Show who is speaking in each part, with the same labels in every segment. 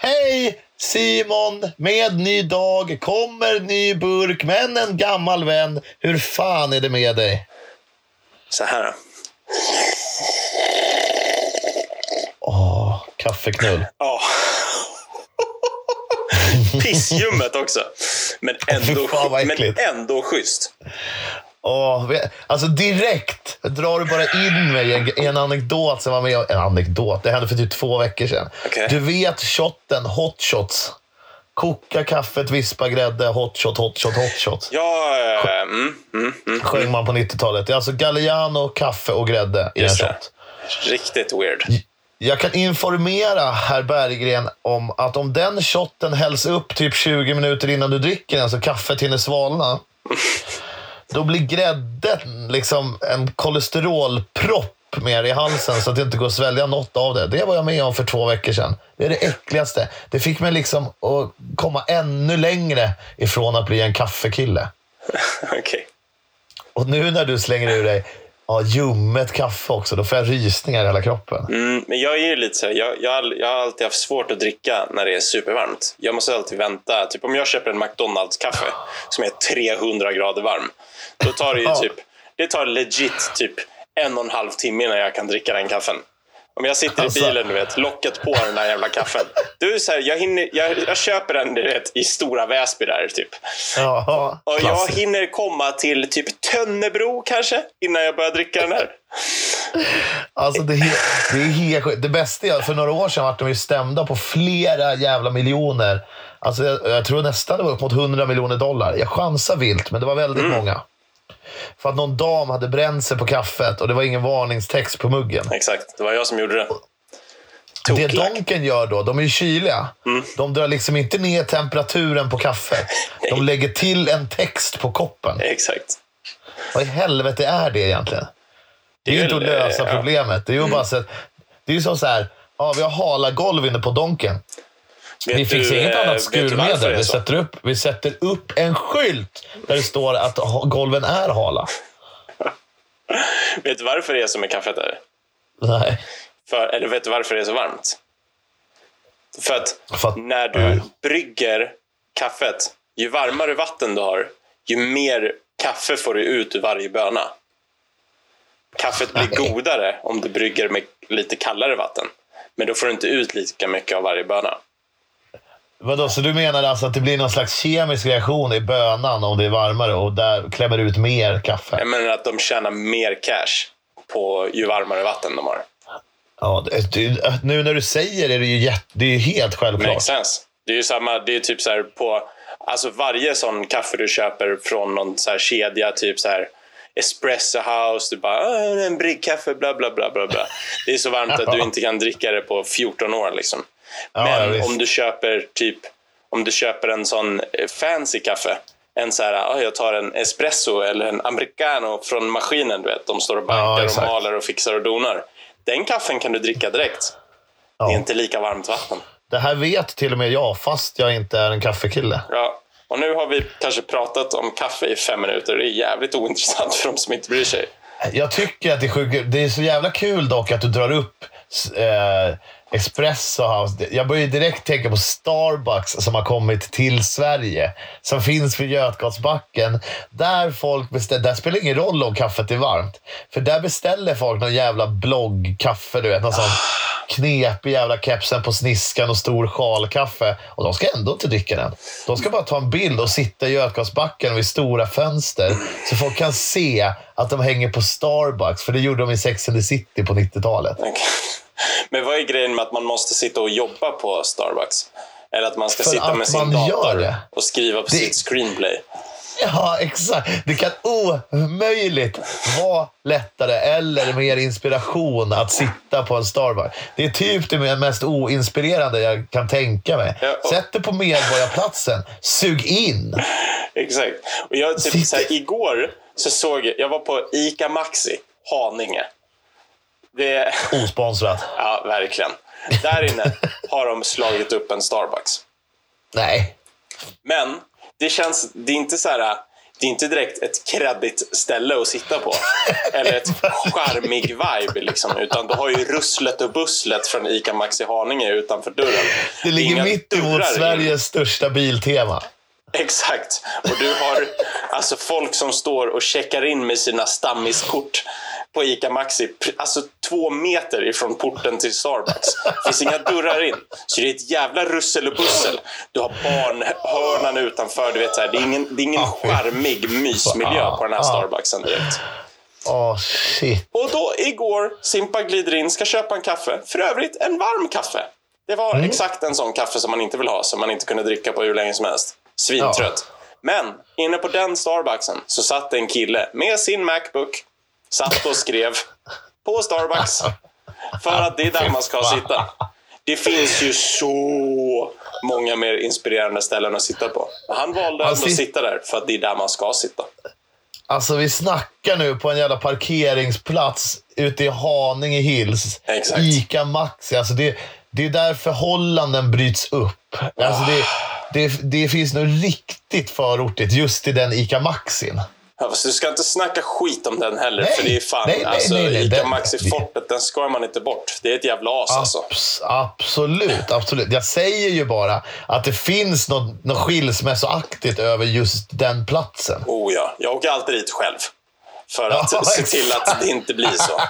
Speaker 1: Hej Simon, med ny dag kommer ny burk, men en gammal vän. Hur fan är det med dig?
Speaker 2: Så här.
Speaker 1: Kaffeknull.
Speaker 2: Ja. Pissljummet också. Men ändå schysst.
Speaker 1: Alltså direkt drar du bara in mig i en anekdot som var med. En anekdot, det hände för typ 2 veckor sedan.
Speaker 2: Okay.
Speaker 1: Du vet shotten, hot shots. Koka kaffet, vispa grädde, hot shot.
Speaker 2: Ja,
Speaker 1: sjöng man på 90-talet. Det är alltså Galliano, kaffe och grädde i en shot.
Speaker 2: Riktigt weird.
Speaker 1: Jag kan informera herr Berggren om att om den shotten hälls upp typ 20 minuter innan du dricker den så kaffet hinner svalna, då blir grädden liksom en kolesterolpropp mer i halsen så att det inte går att svälja något av det. Det var jag med om för 2 veckor sedan. Det är det äckligaste. Det fick mig liksom att komma ännu längre ifrån att bli en kaffekille.
Speaker 2: Okej.
Speaker 1: Och nu när du slänger ur dig ljummet kaffe också, då får jag rysningar i hela kroppen.
Speaker 2: Men jag är ju lite så här, jag har alltid haft svårt att dricka när det är supervarmt. Jag måste alltid vänta. Typ om jag köper en McDonald's-kaffe som är 300 grader varm, då tar det ju det tar legit typ 1,5 timme innan jag kan dricka den kaffen. Om jag sitter i bilen, du vet, locket på den där jävla kaffen. Du är så här, jag köper den, du vet, i Stora Väsby där typ.
Speaker 1: Ja,
Speaker 2: och jag hinner komma till typ Tönnebro kanske innan jag börjar dricka den här.
Speaker 1: Alltså det är helt sjukt. Det bästa är, för några år sedan var de ju stämda på flera jävla miljoner. Alltså jag tror nästan det var upp mot $100 miljoner. Jag chansar vilt, men det var väldigt många. För att någon dam hade bränt sig på kaffet och det var ingen varningstext på muggen.
Speaker 2: Exakt, det var jag som gjorde det.
Speaker 1: Det Donken gör då, de är ju kyliga. De drar liksom inte ner temperaturen på kaffet. De lägger till en text på koppen.
Speaker 2: Exakt.
Speaker 1: Vad i helvete är det egentligen? Det är ju inte att lösa problemet. Det är ju bara så att, det är ju som så här, vi har hala golv inne på Donken. Vi fixar inget annat skurmedel. Vi sätter upp en skylt där det står att golven är hala.
Speaker 2: Vet du varför det är så med kaffet där?
Speaker 1: Nej.
Speaker 2: Eller vet du varför det är så varmt? För att när du brygger kaffet, ju varmare vatten du har, ju mer kaffe får du ut ur varje böna. Kaffet blir godare om du brygger med lite kallare vatten. Men då får du inte ut lika mycket av varje böna.
Speaker 1: Vadå, så du menar alltså att det blir någon slags kemisk reaktion i bönan om det är varmare och där klämmer ut mer kaffe?
Speaker 2: Jag menar att de tjänar mer cash på ju varmare vatten de har.
Speaker 1: Ja, nu när du säger det det är ju helt självklart.
Speaker 2: Makes sense. Det är ju samma, det är typ så här på, alltså varje sån kaffe du köper från någon så här kedja, typ så här Espresso House, du bara en bryggkaffe, bla bla bla bla bla. Det är så varmt att du inte kan dricka det på 14 år liksom. Men om du köper en sån fancy kaffe, en så här, jag tar en espresso eller en americano från maskinen, du vet, de står och bankar och maler och fixar och donar. Den kaffen kan du dricka direkt. Det är inte lika varmt vatten.
Speaker 1: Det här vet till och med jag, fast jag inte är en kaffekille.
Speaker 2: Ja, och nu har vi kanske pratat om kaffe i 5 minuter. Det är jävligt ointressant för de som inte bryr sig.
Speaker 1: Jag tycker att det är så jävla kul dock att du drar upp Espresso House. Jag börjar direkt tänka på Starbucks som har kommit till Sverige, som finns vid Götgatsbacken. Där folk där spelar ingen roll om kaffet är varmt, för där beställer folk någon jävla bloggkaffe, du vet, någon sån knepig jävla kepsen på sniskan och stor sjalkaffe, och de ska ändå inte dricka den. De ska bara ta en bild och sitta i Götgatsbacken vid stora fönster så folk kan se att de hänger på Starbucks, för det gjorde de i Sex and the City på 90-talet.
Speaker 2: Okay. Men vad är grejen med att man måste sitta och jobba på Starbucks? Eller att man ska sitta med sin dator och skriva på sitt screenplay?
Speaker 1: Ja, exakt. Det kan omöjligt vara lättare eller mer inspiration att sitta på en Starbucks. Det är typ det mest oinspirerande jag kan tänka mig. Sätt dig på Medborgarplatsen. Sug in.
Speaker 2: Exakt. Och jag typ så här, igår så såg jag var på Ica Maxi, Haninge. Det...
Speaker 1: Osponsrat.
Speaker 2: Ja, verkligen. Där inne har de slagit upp en Starbucks.
Speaker 1: Nej.
Speaker 2: Men det är inte så här, det är inte direkt ett kreddigt ställe att sitta på. Eller ett charmig vibe liksom. Utan du har ju russlet och busslet från ICA Maxi Haninge utanför dörren.
Speaker 1: Det ligger mitt emot Sveriges största biltema.
Speaker 2: Exakt. Och du har alltså folk som står och checkar in med sina stammiskort på ICA Maxi, alltså 2 meter ifrån porten till Starbucks. Det finns inga dörrar in. Så det är ett jävla russel och bussel. Du har barnhörnan utanför, du vet så här, det är ingen charmig mysmiljö på den här Starbucksen direkt.
Speaker 1: Shit.
Speaker 2: Och då igår Simpa glider in, ska köpa en kaffe. För övrigt en varm kaffe. Det var exakt en sån kaffe som man inte vill ha, som man inte kunde dricka på hur länge som helst. Svintrött. Men inne på den Starbucksen så satt en kille med sin MacBook, satt och skrev på Starbucks, för att det är där man ska sitta. Det finns ju så många mer inspirerande ställen att sitta på. Han valde att sitta där för att det är där man ska sitta.
Speaker 1: Alltså vi snackar nu på en jävla parkeringsplats ute i Haninge Hills.
Speaker 2: Exakt.
Speaker 1: ICA Maxi. Alltså det är där förhållanden bryts upp. Alltså det finns nog riktigt förortigt just i den ICA Maxin.
Speaker 2: Ja, du ska inte snacka skit om den heller. För det är fan, nej, ICA Maxi-fortet, den ska man inte bort. Det är ett jävla as alltså.
Speaker 1: Absolut. Jag säger ju bara att det finns något skilsmässoaktigt över just den platsen.
Speaker 2: Oh ja, jag åker alltid dit själv. För att se till att det inte blir så.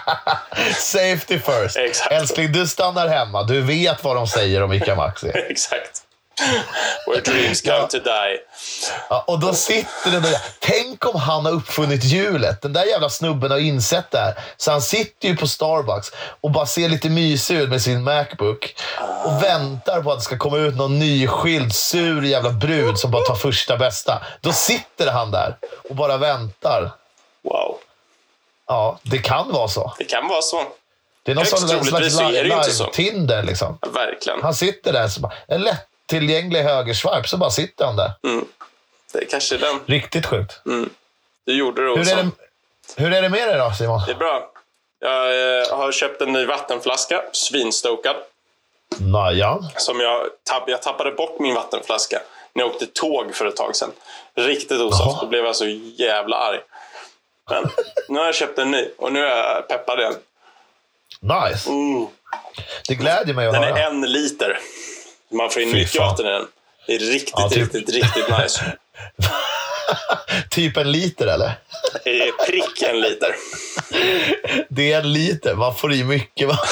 Speaker 1: Safety first.
Speaker 2: Exakt.
Speaker 1: Älskling, du stannar hemma. Du vet vad de säger om ICA Maxi.
Speaker 2: Exakt. Where dreams come to die.
Speaker 1: Ja, och då sitter det där. Tänk om han har uppfunnit hjulet. Den där jävla snubben har insett det här. Så han sitter ju på Starbucks och bara ser lite mysig ut med sin MacBook och väntar på att det ska komma ut någon nyskild sur jävla brud som bara tar första bästa. Då sitter han där och bara väntar.
Speaker 2: Wow.
Speaker 1: Ja, det kan vara så.
Speaker 2: Det kan vara så.
Speaker 1: Det är någon slags live-Tinder liksom.
Speaker 2: Ja, verkligen.
Speaker 1: Han sitter där så bara, en lättillgänglig högerswipe, så bara sitter han där.
Speaker 2: Det är kanske den.
Speaker 1: Riktigt sjukt.
Speaker 2: Du gjorde det också.
Speaker 1: Hur är det med dig då, Simon?
Speaker 2: Det är bra. Jag har köpt en ny vattenflaska, svinstokad.
Speaker 1: Naja.
Speaker 2: Som jag tappade bort min vattenflaska när jag åkte tåg för ett tag sedan. Riktigt osaft. Då blev jag så jävla arg. Men nu har jag köpt en ny och nu är jag peppad igen.
Speaker 1: Nice. Det glädjer mig att höra.
Speaker 2: Den är 1 liter. Man får in mycket vatten i den. Det är riktigt nice.
Speaker 1: Typ 1 liter eller?
Speaker 2: Prick 1 liter.
Speaker 1: Det är 1 liter. Man får i mycket vatten.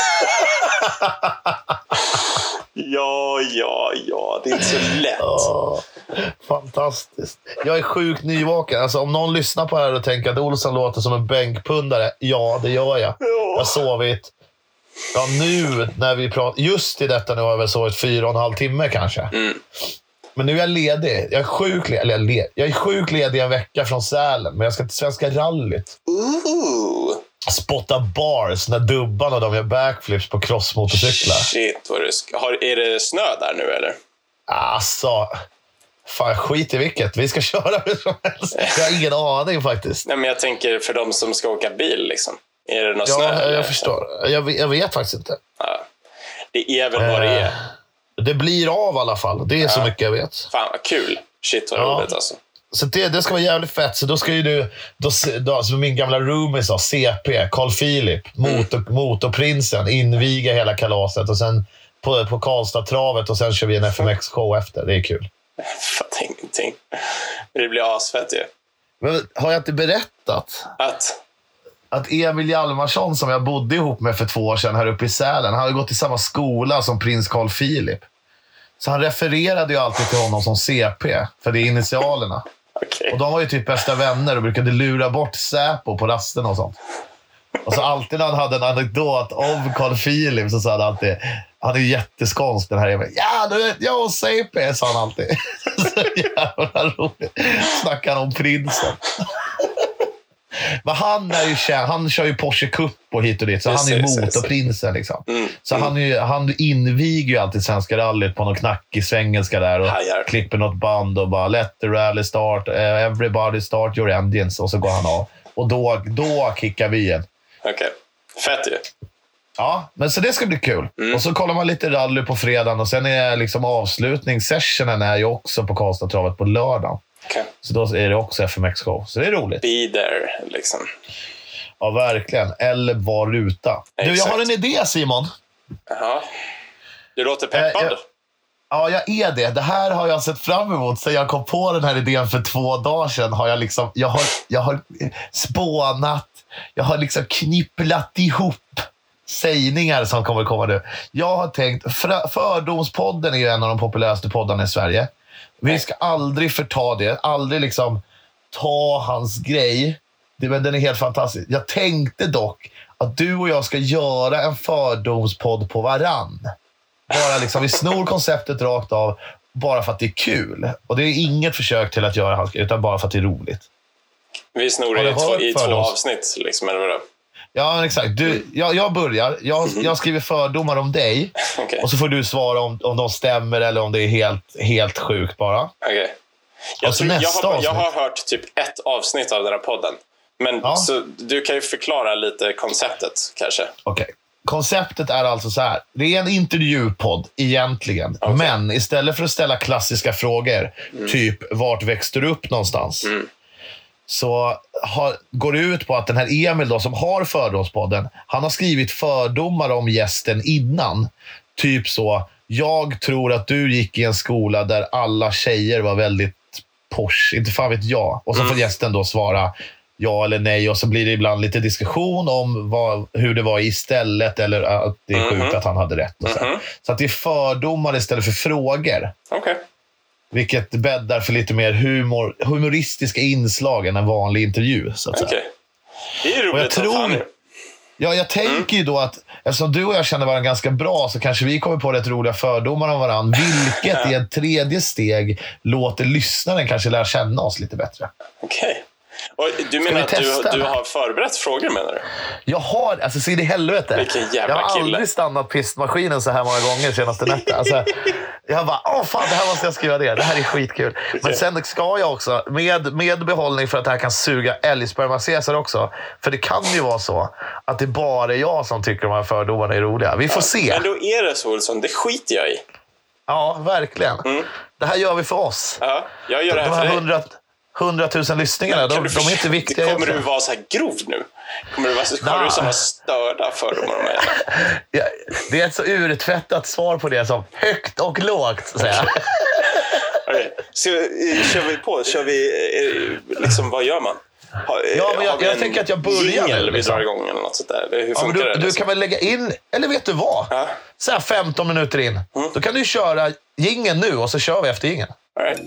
Speaker 2: Ja. Det är inte så lätt.
Speaker 1: Fantastiskt. Jag är sjukt nyvaken. Alltså, om någon lyssnar på det här och tänker att Olsson låter som en bänkpundare. Ja, det gör jag. Jag har sovit. Ja, nu när vi pratar. Just i detta nu har jag väl sovit 4,5 timmar kanske. Men nu är jag ledig. Jag är sjukt ledig en vecka från Sälen. Men jag ska till Svenska rallyt. Spotta bars när dubban och de gör backflips på crossmotorcyklar.
Speaker 2: Shit, vad är det snö där nu eller?
Speaker 1: Alltså, fan skit i vilket. Vi ska köra hur som helst. Jag har ingen aning faktiskt.
Speaker 2: Nej, men jag tänker för de som ska åka bil liksom. Är det något snö?
Speaker 1: Ja,
Speaker 2: eller?
Speaker 1: Jag förstår. Jag vet faktiskt inte.
Speaker 2: Ja. Det är väl vad det är.
Speaker 1: Det blir av i alla fall. Det är så mycket jag vet.
Speaker 2: Fan vad kul. Shit vad roligt alltså.
Speaker 1: Så det ska vara jävligt fett. Så då ska ju du, som min gamla roomie sa, CP, Carl Philip, motorprinsen, inviga hela kalaset. Och sen på Karlstad-travet och sen kör vi en FMX-show efter. Det är kul.
Speaker 2: Fattar ingenting. Det blir asfett ju.
Speaker 1: Men har jag inte berättat att Emil Hjalmarsson som jag bodde ihop med för 2 år sedan här uppe i Sälen, han hade gått i samma skola som prins Carl Philip. Så han refererade ju alltid till honom som CP, för det är initialerna.
Speaker 2: Okay.
Speaker 1: Och de var ju typ bästa vänner och brukade lura bort Säpo på rasten och sånt. Och så alltid när han hade en anekdot om Carl Philip så sa han alltid, han är jätteskånsk den här Emil. Ja, du vet, jag och CP, sa han alltid. Så jävla roligt. Snackar han om prinsen. Men han är ju känd, han kör ju Porsche Cup och hit och dit, så han är ju motorprinsen liksom. Så han inviger ju alltid Svenska rallyt på någon knackig svengelska där och klipper något band och bara let the rally start, everybody start your engines, och så går han av. Och då kickar vi igen.
Speaker 2: Okej. Fett ju.
Speaker 1: Ja, men så det ska bli kul. Och så kollar man lite rally på fredagen och sen är liksom avslutningssessionen är ju också på Karlstad-travet på lördagen.
Speaker 2: Okay.
Speaker 1: Så då är det också FMX show. Så det är roligt.
Speaker 2: Be there, liksom.
Speaker 1: Ja, verkligen. Eller var ruta. Du, jag har en idé, Simon.
Speaker 2: Jaha. Du låter peppad.
Speaker 1: Ja, jag är det. Det här har jag sett fram emot. Så jag kom på den här idén för 2 dagar sedan. Jag har spånat. Jag har liksom knipplat ihop sägningar som kommer komma nu. Jag har tänkt, Fördomspodden är ju en av de populäraste poddarna i Sverige. Vi ska aldrig förta det. Aldrig liksom ta hans grej. Men den är helt fantastisk. Jag tänkte dock att du och jag ska göra en fördomspodd på varann. Bara liksom, vi snor konceptet rakt av bara för att det är kul. Och det är inget försök till att göra hans grej, utan bara för att det är roligt.
Speaker 2: Vi snor det i 2 avsnitt, liksom, eller vad?
Speaker 1: Ja, exakt. Jag börjar. Jag skriver fördomar om dig.
Speaker 2: Okay.
Speaker 1: Och så får du svara om de stämmer eller om det är helt sjukt bara.
Speaker 2: Okay. Jag har hört typ 1 avsnitt av den här podden. Men så du kan ju förklara lite konceptet kanske.
Speaker 1: Okej. Konceptet är alltså så här. Det är en intervjupodd egentligen. Okay. Men istället för att ställa klassiska frågor, typ vart växte du upp någonstans? Så går det ut på att den här Emil då, som har Fördomspodden, han har skrivit fördomar om gästen innan. Typ så, jag tror att du gick i en skola där alla tjejer var väldigt posh, inte fan vet jag. Och så får gästen då svara ja eller nej, och så blir det ibland lite diskussion om hur det var istället, eller att det är sjukt att han hade rätt. Och så att det är fördomar istället för frågor.
Speaker 2: Okay.
Speaker 1: Vilket bäddar för lite mer humoristiska inslag än en vanlig intervju. Så att säga.
Speaker 2: Okay. Det är roligt.
Speaker 1: Jag tänker ju då att eftersom du och jag känner varandra ganska bra, så kanske vi kommer på rätt roliga fördomar om varandra. Vilket i ett 3:e steg låter lyssnaren kanske lära känna oss lite bättre.
Speaker 2: Okej. Okay. Och du menar att du har förberett frågor, menar du?
Speaker 1: Jag har, alltså se det i helvete.
Speaker 2: Vilken jävla
Speaker 1: jag har
Speaker 2: kille.
Speaker 1: Aldrig stannat pistmaskinen så här många gånger senaste nätter. Alltså, jag bara, fan, det här måste jag skriva det. Det här är skitkul. Okay. Men sen ska jag också, med behållning för att det här kan suga älgspermacesar också. För det kan ju vara så att det bara är jag som tycker de här fördomarna är roliga. Vi får se.
Speaker 2: Men då är det så, Olsson. Det skiter jag i.
Speaker 1: Ja, verkligen. Det här gör vi för oss.
Speaker 2: Ja, jag gör det här för dig.
Speaker 1: 100 000 lyssningar, de är inte viktiga.
Speaker 2: Kommer du vara så här grov nu? Kommer du vara sådana störda fördomar om mig?
Speaker 1: Ja, det är ett så urtvättat svar på det som högt och lågt, säger jag.
Speaker 2: Okay. Så kör vi på? Liksom, vad gör man?
Speaker 1: Jag tänker att jag börjar.
Speaker 2: Eller vi drar igång eller något sånt där. Hur funkar det?
Speaker 1: Du kan väl lägga in, eller vet du vad?
Speaker 2: Ja.
Speaker 1: Så här 15 minuter in. Då kan du köra jingeln nu och så kör vi efter jingeln.
Speaker 2: All right.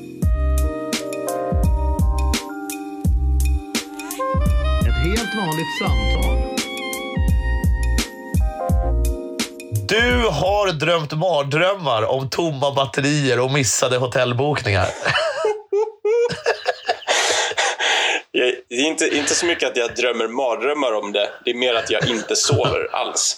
Speaker 1: Helt vanligt samtal. Du har drömt mardrömmar om tomma batterier och missade hotellbokningar.
Speaker 2: Det är inte så mycket att jag drömmer mardrömmar om det. Det är mer att jag inte sover alls.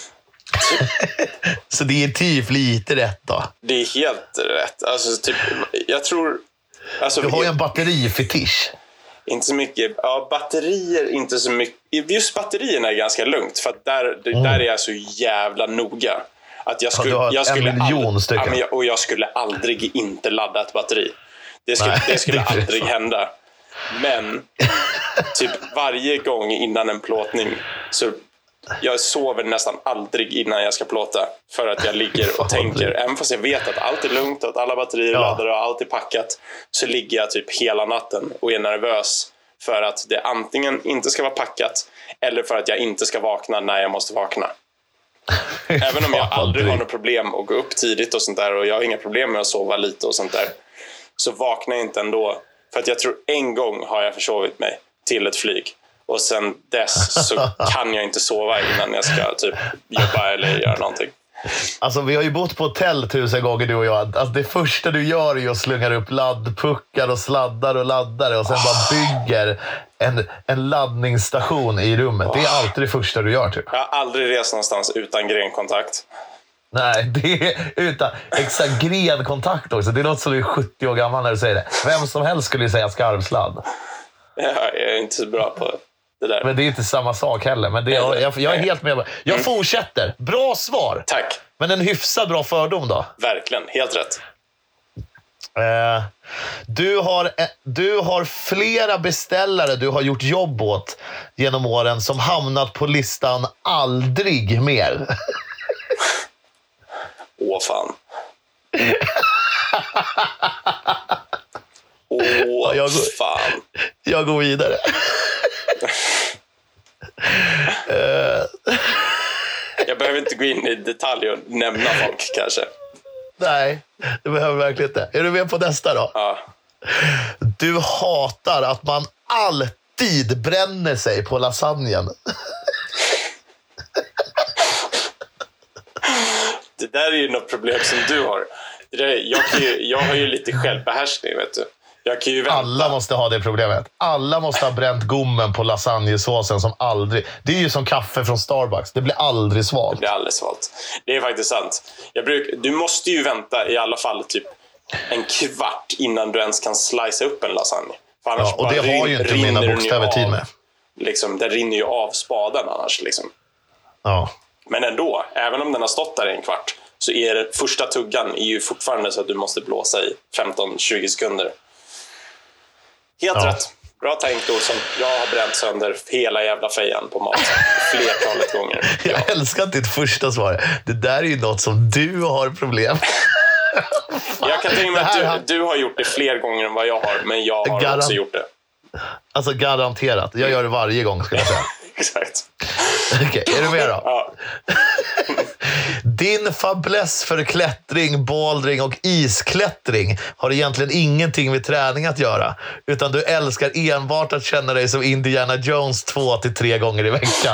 Speaker 1: Så det är typ lite rätt då?
Speaker 2: Det är helt rätt. Alltså, typ, jag tror... Alltså,
Speaker 1: du har ju en batterifetisch.
Speaker 2: Inte så mycket. Ja, batterier inte så mycket. Just batterierna är ganska lugnt. För att där är jag så jävla noga. Att jag skulle aldrig inte ladda ett batteri. Det skulle aldrig hända. Men typ varje gång innan en plåtning så jag sover nästan aldrig innan jag ska plåta. För att jag ligger och tänker, även fast jag vet att allt är lugnt och att alla batterier är laddade och allt är packat, så ligger jag typ hela natten och är nervös för att det antingen inte ska vara packat eller för att jag inte ska vakna när jag måste vakna. Även om jag aldrig har något problem att gå upp tidigt och sånt där, och jag har inga problem med att sova lite och sånt där, så vaknar jag inte ändå. För att jag tror en gång har jag försovit mig till ett flyg. Och sen dess så kan jag inte sova innan jag ska typ jobba eller göra någonting.
Speaker 1: Alltså vi har ju bott på hotell 1000 gånger du och jag. Alltså det första du gör är att slunga upp laddpuckar och sladdar och laddare. Och sen bara bygger en laddningsstation i rummet. Det är alltid det första du gör typ.
Speaker 2: Jag har aldrig rest någonstans utan grenkontakt.
Speaker 1: Nej, det är utan exakt grenkontakt också. Det låter som du är 70 år gammal när du säger det. Vem som helst skulle ju säga skarvsladd.
Speaker 2: Ja, jag är inte så bra på det där.
Speaker 1: Men det är inte samma sak heller. Men det, jag är helt med. Jag fortsätter. Bra svar.
Speaker 2: Tack.
Speaker 1: Men en hyfsad bra fördom då?
Speaker 2: Verkligen, helt rätt.
Speaker 1: Du har flera beställare du har gjort jobb åt genom åren som hamnat på listan aldrig mer.
Speaker 2: Åh fan. Fan.
Speaker 1: Jag går vidare.
Speaker 2: Jag behöver inte gå in i detalj och nämna folk kanske.
Speaker 1: Nej, det behöver verkligen inte. Är du med på nästa då?
Speaker 2: Ja.
Speaker 1: Du hatar att man alltid bränner sig på lasagnen.
Speaker 2: Det där är ju något problem som du har. Jag har ju lite självbehärskning, vet du. Jag kan ju vänta.
Speaker 1: Alla måste ha det problemet. Alla måste ha bränt gommen på lasagnesåsen som aldrig... Det är ju som kaffe från Starbucks. Det blir aldrig svalt.
Speaker 2: Det blir aldrig svalt. Det är faktiskt sant. Du måste ju vänta i alla fall typ en kvart innan du ens kan slicea upp en lasagne. För annars
Speaker 1: och det har ju inte mina bokstäver tid med.
Speaker 2: Liksom, det rinner ju av spaden annars. Liksom.
Speaker 1: Ja.
Speaker 2: Men ändå, även om den har stått där i en kvart, så är det, första tuggan är ju fortfarande så att du måste blåsa i 15-20 sekunder. Helt rätt. Bra tänkt, Olsson. Jag har bränt sönder hela jävla fejan på mat flertalet gånger.
Speaker 1: Jag älskar ditt första svar. Det där är ju något som du har problem.
Speaker 2: Jag kan tänka mig att du har gjort det fler gånger än vad jag har, men jag har också gjort det.
Speaker 1: Alltså garanterat. Jag gör det varje gång, skulle jag säga.
Speaker 2: Exakt.
Speaker 1: Okej, är du med då?
Speaker 2: Ja.
Speaker 1: Din fäbless för klättring, bouldering och isklättring har egentligen ingenting med träning att göra, utan du älskar enbart att känna dig som Indiana Jones 2-3 gånger i veckan.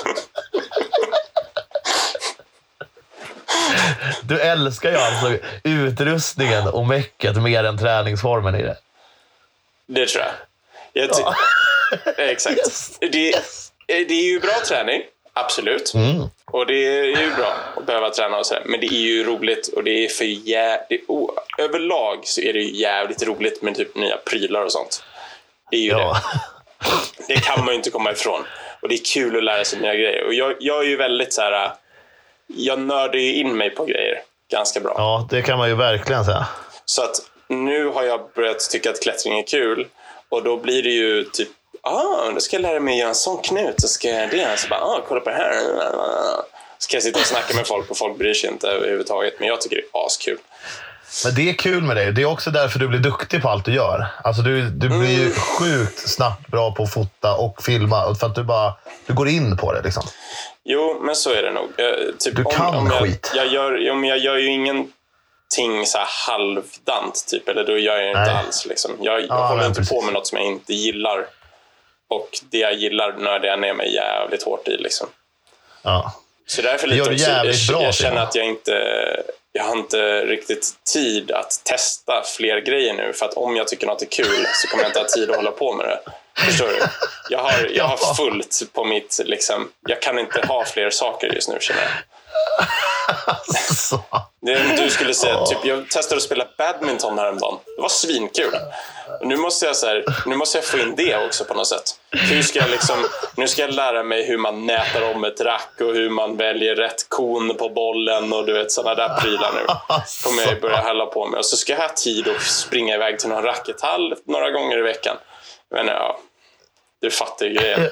Speaker 1: Du älskar ju alltså utrustningen och mäcket mer än träningsformen i det.
Speaker 2: Det tror jag. Exakt.
Speaker 1: Yes.
Speaker 2: Det är ju bra träning, absolut. Och det är ju bra att behöva träna och så. Men det är ju roligt och det är överlag så är det ju jävligt roligt med typ nya prylar och sånt. Det är ju det. Det kan man ju inte komma ifrån. Och det är kul att lära sig nya grejer. Och jag är ju väldigt så här. Jag nördar ju in mig på grejer ganska bra.
Speaker 1: Ja, det kan man ju verkligen säga.
Speaker 2: Så att nu har jag börjat tycka att klättring är kul. Och då blir det ju typ, då ska jag lära mig att göra en sån knut. Så ska jag det. Så bara, kolla på det här. Så kan jag sitta och snacka med folk och folk bryr sig inte överhuvudtaget. Men jag tycker det är askul.
Speaker 1: Men det är kul med dig. Det är också därför du blir duktig på allt du gör. Alltså du blir ju sjukt snabbt bra på att fota och filma. För att du går in på det liksom. Jo,
Speaker 2: men så är det nog. Typ,
Speaker 1: du kan skit.
Speaker 2: Jag gör ju ingenting så här halvdant typ. Eller då gör jag inte alls liksom. Jag håller inte på med något som jag inte gillar. Och det jag gillar nördar jag ner mig jävligt hårt i liksom.
Speaker 1: Ja.
Speaker 2: Så därför lite också, jag känner att jag har inte riktigt tid att testa fler grejer nu. För att om jag tycker något är kul så kommer jag inte ha tid att hålla på med det. Förstår du? Jag har fullt på mitt liksom, jag kan inte ha fler saker just nu, känner jag. Du skulle säga typ, jag testade att spela badminton häromdagen. Det var svinkul. Nu måste jag få in det också på något sätt. Nu ska jag lära mig hur man nätar om ett rack och hur man väljer rätt kon på bollen och du vet sådana där prylar nu. Kommer jag börja hålla på med. Och så ska jag ha tid att springa iväg till någon rackethall några gånger i veckan. Men ja, du fattar ju grejen.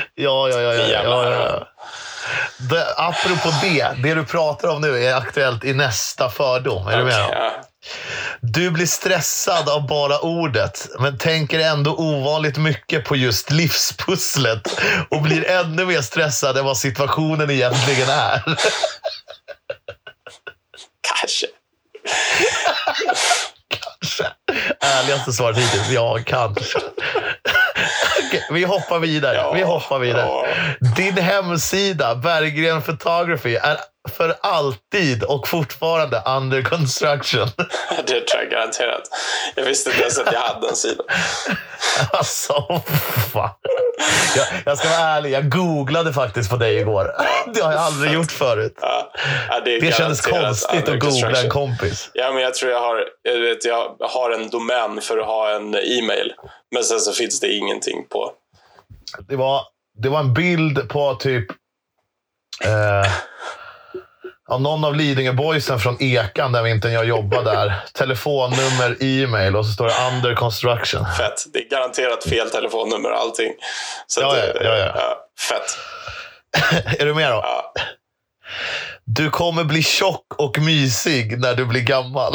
Speaker 1: Ja. Apropå det du pratar om nu är aktuellt i nästa fördom. Är du med?
Speaker 2: Ja.
Speaker 1: Du blir stressad av bara ordet, men tänker ändå ovanligt mycket på just livspusslet och blir ännu mer stressad än vad situationen egentligen är.
Speaker 2: Kanske.
Speaker 1: Ärligaste svaret hittills. Ja, kanske. Okej, vi hoppar vidare. Din hemsida, Berggren Photography, är för alltid och fortfarande under construction.
Speaker 2: Det tror jag garanterat. Jag visste inte ens att jag hade en sida.
Speaker 1: Alltså, fan. Jag ska vara ärlig, jag googlade faktiskt på dig igår. Det har jag aldrig gjort förut. Det kändes konstigt att googla en kompis.
Speaker 2: Ja, men jag tror jag har en domän för att ha en e-mail. Men sen så finns det ingenting på.
Speaker 1: Det var en bild på typ Ja, någon av Lidingö boysen från Ekan där vintern jag jobbade där. Telefonnummer, e-mail och så står det under construction.
Speaker 2: Fett. Det är garanterat fel telefonnummer och allting. Så
Speaker 1: Ja.
Speaker 2: fett.
Speaker 1: Är du med då?
Speaker 2: Ja.
Speaker 1: Du kommer bli tjock och mysig när du blir gammal.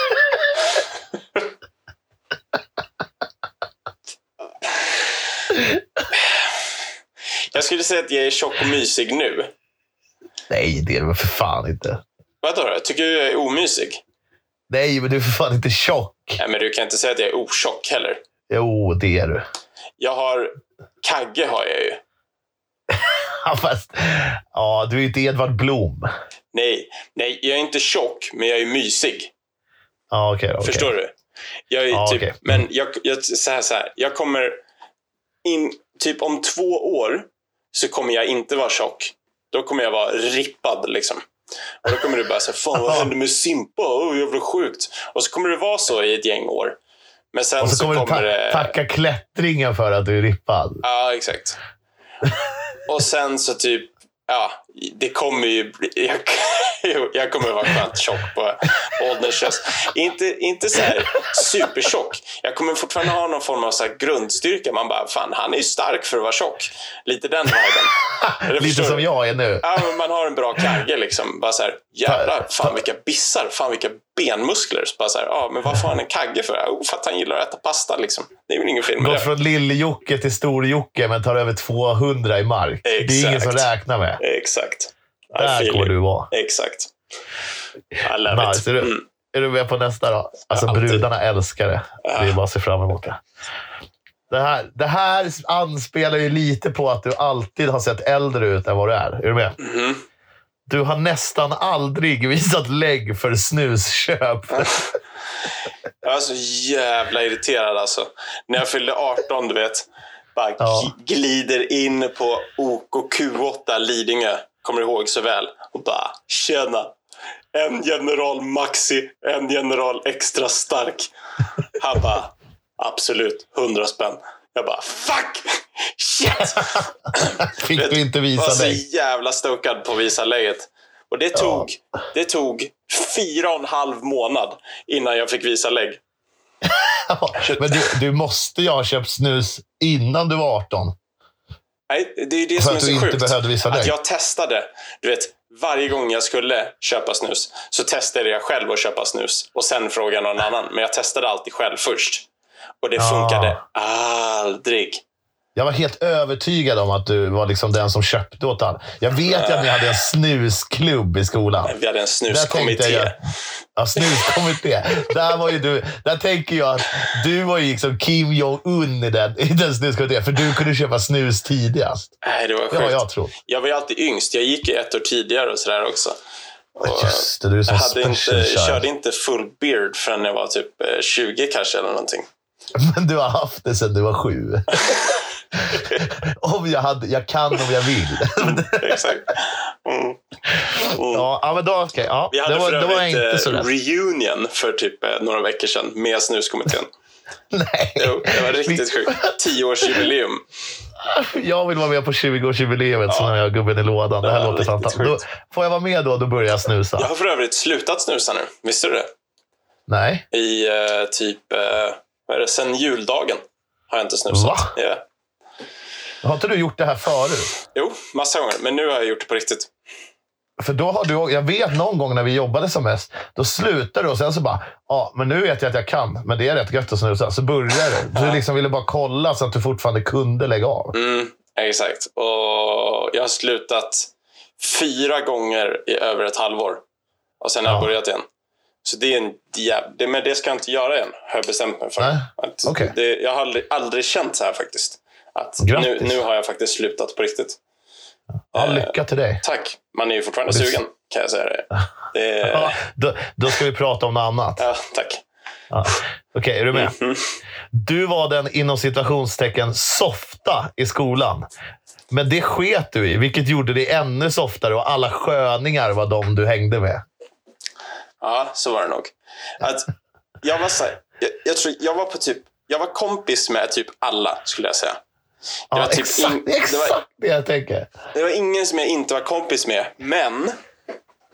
Speaker 2: Jag skulle säga att jag är tjock och mysig nu.
Speaker 1: Nej, det är du för fan inte.
Speaker 2: Vadå då? Tycker du jag är omysig?
Speaker 1: Nej, men du är för fan inte tjock.
Speaker 2: Nej, men du kan inte säga att jag är otjock heller.
Speaker 1: Jo, det är du.
Speaker 2: Jag har... Kagge har jag ju.
Speaker 1: Ja, fast... Ja, du är inte Edvard Blom.
Speaker 2: Nej, jag är inte tjock, men jag är mysig.
Speaker 1: Ja, okej.
Speaker 2: Förstår du? Jag är typ...
Speaker 1: okej.
Speaker 2: Men jag så här. Jag kommer... Typ om 2 år så kommer jag inte vara tjock. Då kommer jag vara rippad liksom. Och då kommer du bara säga, fan vad hände med Simpa? Jävla sjukt. Och så kommer det vara så i ett gäng år. Men sen
Speaker 1: och så kommer du tacka klättringen för att du är rippad.
Speaker 2: Ja, exakt. Och sen så typ, ja, det kommer ju bli, jag kommer vara skönt tjock på ålderns höst. Inte så här supertjock. Jag kommer fortfarande ha någon form av så här grundstyrka. Man bara, fan, han är ju stark för att vara tjock. Lite den viben.
Speaker 1: Lite som jag är nu.
Speaker 2: Ja, men man har en bra kagge liksom. Bara så här, jävlar, fan vilka bissar, fan vilka benmuskler. Så bara så här, ja, men vad får han en kagge för? För att han gillar att äta pasta liksom. Det är väl ingen film med
Speaker 1: Går
Speaker 2: det.
Speaker 1: från Lill-Jocke till Stor-Jocke men tar över 200 i mark.
Speaker 2: Exakt.
Speaker 1: Det är ingen som räknar med.
Speaker 2: Exakt.
Speaker 1: Där går du vara.
Speaker 2: Exakt. I love it.
Speaker 1: Är du med på nästa då? Alltså brudarna älskar det. Det är bara att se fram emot det. Det här anspelar ju lite på att du alltid har sett äldre ut än vad du är. Är du med?
Speaker 2: Mm.
Speaker 1: Du har nästan aldrig visat lägg för snusköp.
Speaker 2: Jag var så jävla irriterad alltså. När jag fyllde 18, du vet. Bara glider in på OKQ8 Lidingö. Kommer ihåg så väl. Och bara, tjena. En general Maxi, en general extra stark. Han bara, absolut, 100 spänn. Jag bara, fuck! Shit!
Speaker 1: Fick du inte visa dig?
Speaker 2: Jag var så jävla stokad på att visa läget. Och det tog 4,5 månad innan jag fick visa lägg.
Speaker 1: Men du måste ju ha köpt snus innan du var 18.
Speaker 2: Nej, det är det som är så sjukt.
Speaker 1: Att
Speaker 2: jag testade, du vet, varje gång jag skulle köpa snus så testade jag själv att köpa snus. Och sen frågade någon annan. Men jag testade alltid själv först. Och det funkade aldrig.
Speaker 1: Jag var helt övertygad om att du var liksom den som köpte åt all. Jag vet ju att ni hade en snusklubb i skolan.
Speaker 2: Vi hade en snuskommitté.
Speaker 1: Ja, snuskommitté. Där var ju du. Där tänker jag att du var ju liksom Kim Jong-Un i den snuskommittén. För du kunde köpa snus tidigast.
Speaker 2: Nej, det var sjukt.
Speaker 1: Det var jag tror.
Speaker 2: Jag var ju alltid yngst. Jag gick ju 1 år tidigare och sådär också. Och
Speaker 1: just det, du är som
Speaker 2: jag körde inte full beard förrän jag var typ 20 kanske eller någonting.
Speaker 1: Men du har haft det sedan du var 7. Jag kan om jag vill.
Speaker 2: Exakt.
Speaker 1: Ja, men då okej. Ja,
Speaker 2: vi hade
Speaker 1: det var inte så
Speaker 2: reunion för typ några veckor sedan med snuskommittén.
Speaker 1: Nej.
Speaker 2: Jo, det var riktigt sjukt. 10-årsjubileum.
Speaker 1: Jag vill vara med på 20-årsjubileumet så när jag har gubben i lådan. Det här låter fantastiskt. Får jag vara med då börjar jag snusa.
Speaker 2: Jag har för övrigt slutat snusa nu. Visste du det?
Speaker 1: Nej.
Speaker 2: I typ, vad är det? Sen juldagen har jag inte snusat.
Speaker 1: Va?
Speaker 2: Yeah.
Speaker 1: Har inte du gjort det här förut?
Speaker 2: Jo, massa gånger. Men nu har jag gjort det på riktigt.
Speaker 1: För då har du, jag vet någon gång när vi jobbade som mest, då slutar du och sen så bara, men nu vet jag att jag kan, men det är rätt gött att snusa. Så börjar du. Du liksom ville bara kolla så att du fortfarande kunde lägga av.
Speaker 2: Exakt. Och jag har slutat 4 gånger i över ett halvår. Och sen har jag börjat igen. Så det är men det ska jag inte göra igen, har jag bestämt mig för. Att jag har aldrig känt så här faktiskt. Att nu har jag faktiskt slutat på riktigt.
Speaker 1: Ja, lycka till dig.
Speaker 2: Tack. Man är ju fortfarande sugen, kan jag säga det.
Speaker 1: Då ska vi prata om något annat.
Speaker 2: Ja, tack.
Speaker 1: Ja. Okej, är du med? Du var den inom situationstecken softa i skolan. Men det sket du i, vilket gjorde det ännu softare och alla sköningar var de du hängde med.
Speaker 2: Ja, så var det nog. Att jag var så här, jag tror jag var kompis med typ alla, skulle jag säga. Det var typ
Speaker 1: exakt det jag tänker.
Speaker 2: Det var ingen som jag inte var kompis med, men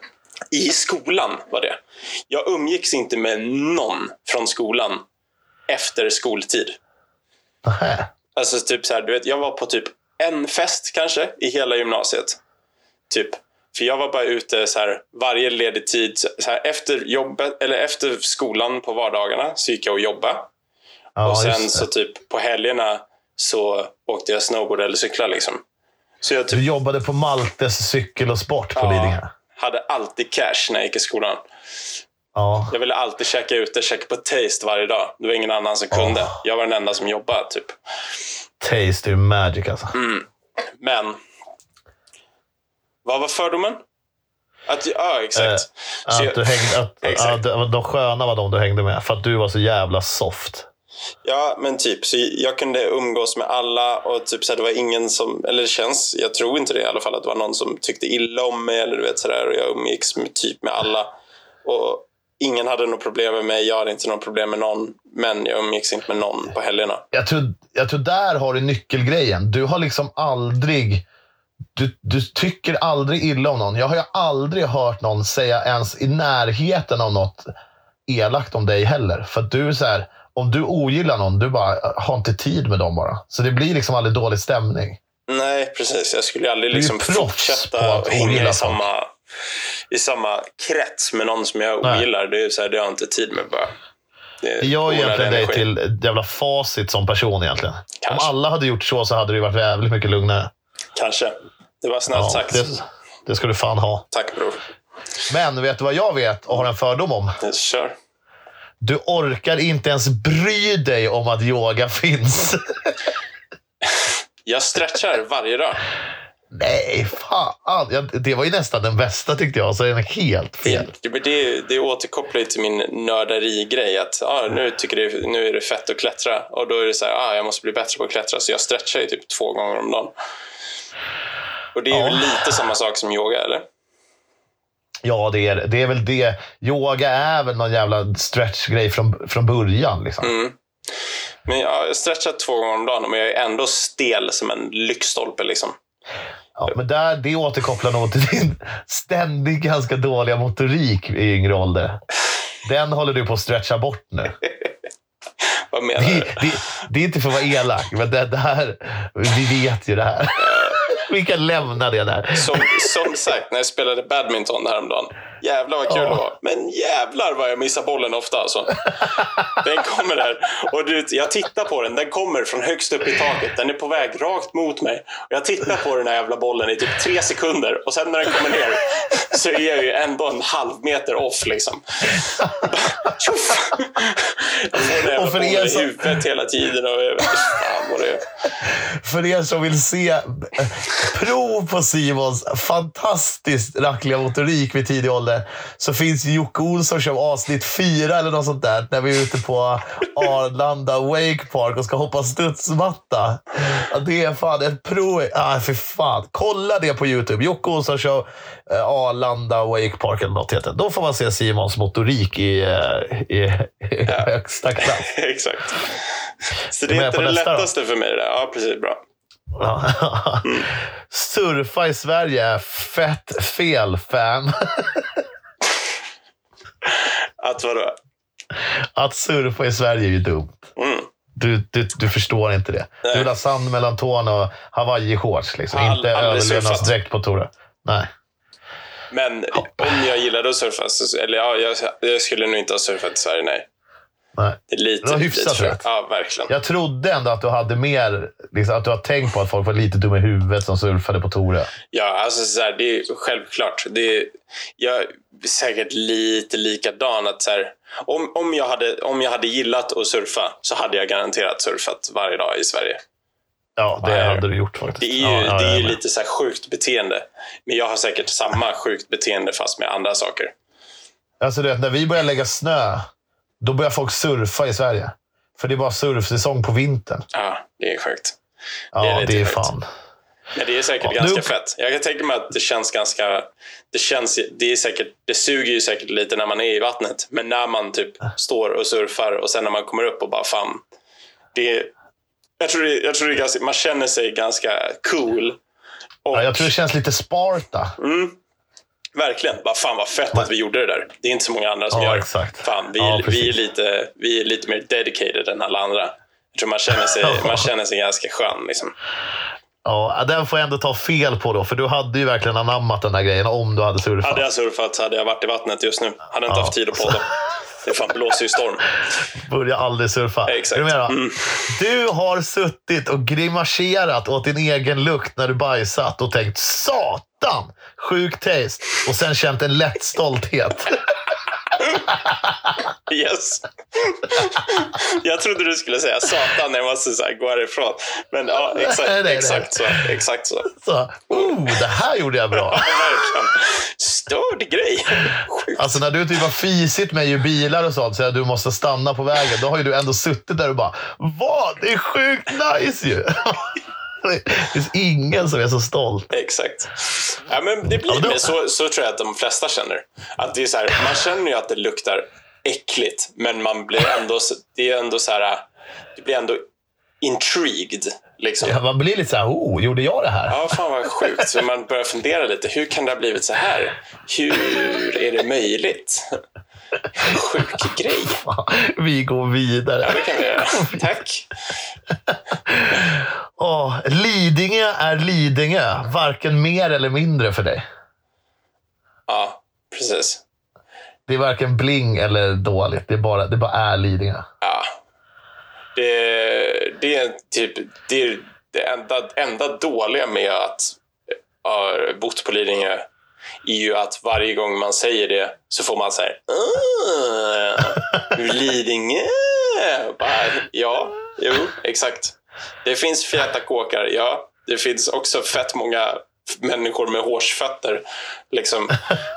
Speaker 2: I skolan var det. Jag umgicks inte med någon från skolan efter skoltid.
Speaker 1: Nähä.
Speaker 2: Alltså typ så här, du vet, jag var på typ en fest kanske i hela gymnasiet. Typ. För jag var bara ute så här varje ledig tid så här, efter jobbet eller efter skolan på vardagarna så gick jag och jobbade.
Speaker 1: Ja,
Speaker 2: och sen så typ på helgerna så åkte jag snowboard eller cykla liksom. Så jag typ,
Speaker 1: Du jobbade på Maltes cykel och sport på Lidingö.
Speaker 2: hade alltid cash när jag gick i skolan.
Speaker 1: Ja.
Speaker 2: Jag ville alltid käka ute, käka på Taste varje dag. Det var ingen annan som kunde. Jag var den enda som jobbade typ.
Speaker 1: Taste är magic alltså.
Speaker 2: Men vad var fördomen? Exakt.
Speaker 1: De sköna var de du hängde med. För att du var så jävla soft.
Speaker 2: Ja, men typ. Så jag kunde umgås med alla. Och typ så här, det var ingen som... Eller det känns... Jag tror inte det i alla fall. Att det var någon som tyckte illa om mig. Eller du vet sådär. Och jag umgicks med alla. Och ingen hade något problem med mig. Jag hade inte något problem med någon. Men jag umgicks inte med någon på helgerna.
Speaker 1: Jag tror där har du nyckelgrejen. Du har liksom aldrig... Du tycker aldrig illa om någon. Jag har ju aldrig hört någon säga ens i närheten av något elakt om dig heller. För att du är så här, om du ogillar någon, du bara har inte tid med dem bara. Så det blir liksom aldrig dålig stämning.
Speaker 2: Nej, precis. Jag skulle aldrig liksom fortsätta
Speaker 1: att
Speaker 2: hänga i samma krets med någon som jag ogillar. Det är så här, det har jag inte tid med bara.
Speaker 1: Jag är egentligen dig till jävla facit som person egentligen. Kanske. Om alla hade gjort så hade det varit jävligt mycket lugnare.
Speaker 2: Kanske. Det var snällt sagt.
Speaker 1: Det ska du fan ha.
Speaker 2: Tack, bror.
Speaker 1: Men vet du vad jag vet och har en fördom om?
Speaker 2: Kör.
Speaker 1: Du orkar inte ens bry dig om att yoga finns.
Speaker 2: Jag stretchar varje dag.
Speaker 1: Nej, fan. Det var ju nästan den bästa tyckte jag. Så det är helt fel.
Speaker 2: Det återkopplar till min nörderi-grej. Att nu är det fett att klättra. Och då är det så här, jag måste bli bättre på att klättra. Så jag stretchar ju typ 2 gånger om dagen. Och det är väl lite samma sak som yoga, eller? Ja,
Speaker 1: det är väl det. Yoga är väl någon jävla stretch-grej från början. Liksom.
Speaker 2: Men jag stretchar 2 gånger om dagen. Men jag är ändå stel som en lyktstolpe, liksom.
Speaker 1: Ja, men det återkopplar nog till din ständigt ganska dåliga motorik i yngre ålder. Den håller du på att stretcha bort nu.
Speaker 2: Vad menar du?
Speaker 1: Det är inte för att vara elak, men det här, vi vet ju det här. Vi kan lämna det där.
Speaker 2: Som sagt, när jag spelade badminton häromdagen. Jävlar vad kul det var. Men jävlar vad jag missar bollen ofta alltså. Den kommer där. Och jag tittar på den. Den kommer från högst upp i taket. Den är på väg rakt mot mig. Och jag tittar på den här jävla bollen i typ 3 sekunder. Och sen när den kommer ner så är jag ju ändå en halv meter off liksom. Jag får den jävla bollen i huvudet hela tiden. Och jag vet inte fan vad det är.
Speaker 1: För er som vill se prov på Simons fantastiskt rackliga motorik vid tidig ålder, så finns Jocke Olsson som avsnitt 4 eller något sånt där, när vi är ute på Arlanda Wake Park och ska hoppa studsmatta. Det är fan ett prov. För fan. Kolla det på YouTube. Jocke Olsson show Arlanda Wake Park eller något heter. Då får man se Simons motorik i högsta klass.
Speaker 2: Exakt. Så det är inte det lättaste för mig det där. Ja, precis, bra.
Speaker 1: Surfa i Sverige är fett fel, fan.
Speaker 2: Att vadå?
Speaker 1: Att surfa i Sverige är ju dumt. Du förstår inte det. Nej. Du vill ha sand mellan tårna och Hawaii-shorts liksom. Inte överlevnadsdräkt på Tora. Nej.
Speaker 2: Men om jag gillade att surfa jag skulle nog inte ha surfat i Sverige, nej. Det är lite
Speaker 1: hyfsat rätt.
Speaker 2: Ja, verkligen.
Speaker 1: Jag trodde ändå att du hade mer, liksom, att du har tänkt på att folk var lite dumma i huvudet som surfade på Tora.
Speaker 2: Ja, alltså så här, det är självklart. Jag är säkert lite likadan att så här, om jag hade gillat att surfa så hade jag garanterat surfat varje dag i Sverige.
Speaker 1: Ja, det hade du gjort faktiskt.
Speaker 2: Det är ju lite så här sjukt beteende. Men jag har säkert samma sjukt beteende fast med andra saker.
Speaker 1: Alltså du vet, när vi börjar lägga snö, då börjar folk surfa i Sverige. För det är bara surfsäsong på vintern.
Speaker 2: Ja, det är sjukt.
Speaker 1: Det är fan.
Speaker 2: Men det är säkert ganska fett. Jag kan tänka mig att det känns ganska... Det suger ju säkert lite när man är i vattnet. Men när man typ står och surfar och sen när man kommer upp och bara fan... Jag tror det är ganska... Man känner sig ganska cool. Och,
Speaker 1: jag tror det känns lite Sparta.
Speaker 2: Verkligen. Fan vad fett att vi gjorde det där. Det är inte så många andra som gör.
Speaker 1: Exakt.
Speaker 2: Fan, vi är lite mer dedicated än alla andra. Jag tror man känner sig ganska skön liksom.
Speaker 1: Ja, den får jag ändå ta fel på då. För du hade ju verkligen anammat den där grejen om du hade surfat.
Speaker 2: Hade jag surfat hade jag varit i vattnet just nu. Hade inte haft tid att podda. Det fan blåser ju storm.
Speaker 1: Börja aldrig surfa.
Speaker 2: Exakt.
Speaker 1: Du har suttit och grimaserat åt din egen lukt när du bajsat och tänkt satan, sjuk taste. Och sen känt en lätt stolthet.
Speaker 2: Yes. Jag trodde du skulle säga satan när jag måste så här, gå härifrån. Men ja, exakt så.
Speaker 1: Det här gjorde jag bra.
Speaker 2: Verkligen. Störd grej. Sjukt.
Speaker 1: Alltså när du typ har fisit med ju bilar och sånt så att du måste stanna på vägen, då har ju du ändå suttit där och bara, vad? Det är sjukt nice ju. Det finns ingen som är så stolt.
Speaker 2: Exakt. Ja, men det blir med, så tror jag att de flesta känner. Att det är så här, man känner ju att det luktar äckligt, men man blir ändå, det är ändå så här, det blir ändå intrigued liksom.
Speaker 1: Ja, man blir lite så här, gjorde jag det här?
Speaker 2: Ja, fan vad sjukt. Så man börjar fundera lite, hur kan det ha blivit så här? Hur är det möjligt? Sjuk grej.
Speaker 1: Vi går vidare.
Speaker 2: Ja, det kan vi göra. Tack.
Speaker 1: Lidingö är Lidingö. Varken mer eller mindre för dig.
Speaker 2: Ja, precis.
Speaker 1: Det är varken bling eller dåligt. Det bara är Lidingö.
Speaker 2: Ja. Det är typ det enda dåliga med att ha bott på Lidingö är ju att varje gång man säger det så får man säga Lidingö. Ja, jo, exakt. Det finns feta kåkar, ja. Det finns också fett många människor med hårsfötter liksom.